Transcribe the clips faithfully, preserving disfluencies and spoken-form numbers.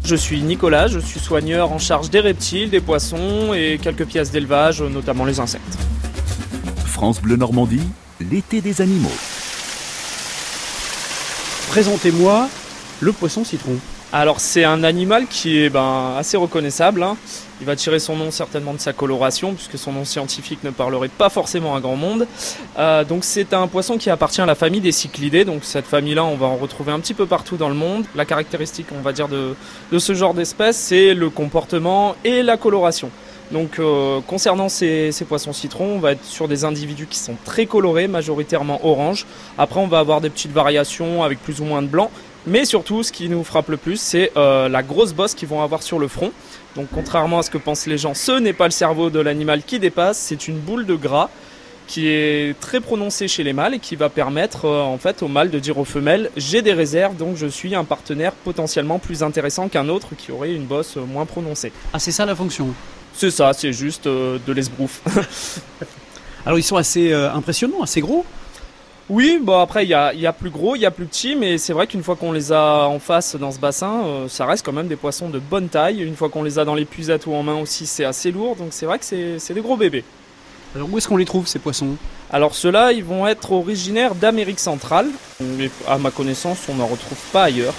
Je suis Nicolas, je suis soigneur en charge des reptiles, des poissons et quelques pièces d'élevage, notamment les insectes. France Bleu Normandie, l'été des animaux. Présentez-moi le poisson citron. Alors c'est un animal qui est ben, assez reconnaissable, hein. Il va tirer son nom certainement de sa coloration, puisque son nom scientifique ne parlerait pas forcément à grand monde. Euh, donc c'est un poisson qui appartient à la famille des cyclidés, donc cette famille-là on va en retrouver un petit peu partout dans le monde. La caractéristique on va dire de, de ce genre d'espèce, c'est le comportement et la coloration. Donc euh, concernant ces, ces poissons citrons, on va être sur des individus qui sont très colorés, majoritairement orange. Après on va avoir des petites variations avec plus ou moins de blanc. Mais surtout, ce qui nous frappe le plus, c'est euh, la grosse bosse qu'ils vont avoir sur le front. Donc contrairement à ce que pensent les gens, ce n'est pas le cerveau de l'animal qui dépasse, c'est une boule de gras qui est très prononcée chez les mâles et qui va permettre euh, en fait aux mâles de dire aux femelles « j'ai des réserves, donc je suis un partenaire potentiellement plus intéressant qu'un autre qui aurait une bosse moins prononcée ». Ah, c'est ça la fonction? C'est ça, c'est juste euh, de l'esbrouf. Alors ils sont assez euh, impressionnants, assez gros. Oui, bon après il y a, y a plus gros, il y a plus petit, mais c'est vrai qu'une fois qu'on les a en face dans ce bassin, euh, ça reste quand même des poissons de bonne taille. Une fois qu'on les a dans les puisettes ou en main aussi, c'est assez lourd, donc c'est vrai que c'est, c'est des gros bébés. Alors où est-ce qu'on les trouve ces poissons? Alors ceux-là, ils vont être originaires d'Amérique centrale, mais à ma connaissance, on n'en retrouve pas ailleurs.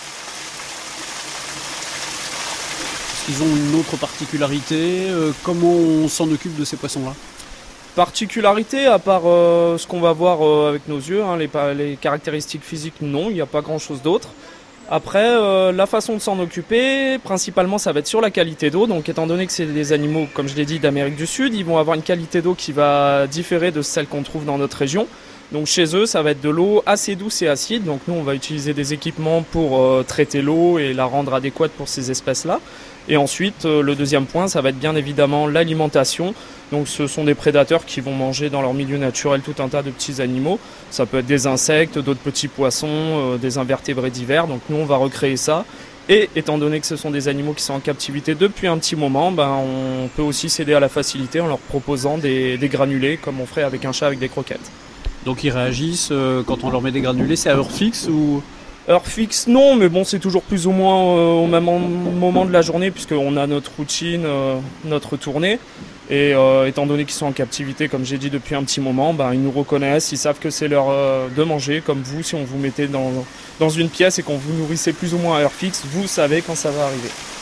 Est-ce qu'ils ont une autre particularité? euh, Comment on s'en occupe de ces poissons-là? Particularité, à part euh, ce qu'on va voir euh, avec nos yeux, hein, les, les caractéristiques physiques, non, il n'y a pas grand-chose d'autre. Après, euh, la façon de s'en occuper, principalement, ça va être sur la qualité d'eau. Donc, étant donné que c'est des animaux, comme je l'ai dit, d'Amérique du Sud, ils vont avoir une qualité d'eau qui va différer de celle qu'on trouve dans notre région. Donc, chez eux, ça va être de l'eau assez douce et acide. Donc, nous, on va utiliser des équipements pour euh, traiter l'eau et la rendre adéquate pour ces espèces-là. Et ensuite, euh, le deuxième point, ça va être bien évidemment l'alimentation. Donc ce sont des prédateurs qui vont manger dans leur milieu naturel tout un tas de petits animaux. Ça peut être des insectes, d'autres petits poissons, euh, des invertébrés divers. Donc nous, on va recréer ça. Et étant donné que ce sont des animaux qui sont en captivité depuis un petit moment, ben, on peut aussi s'aider à la facilité en leur proposant des, des granulés, comme on ferait avec un chat avec des croquettes. Donc ils réagissent euh, quand on leur met des granulés, c'est à heure fixe ou... Heure fixe, non, mais bon, c'est toujours plus ou moins euh, au même moment de la journée, puisqu'on a notre routine, euh, notre tournée. Et euh, étant donné qu'ils sont en captivité, comme j'ai dit depuis un petit moment, ben, ils nous reconnaissent, ils savent que c'est l'heure euh, de manger, comme vous, si on vous mettait dans, dans une pièce et qu'on vous nourrissait plus ou moins à heure fixe, vous savez quand ça va arriver.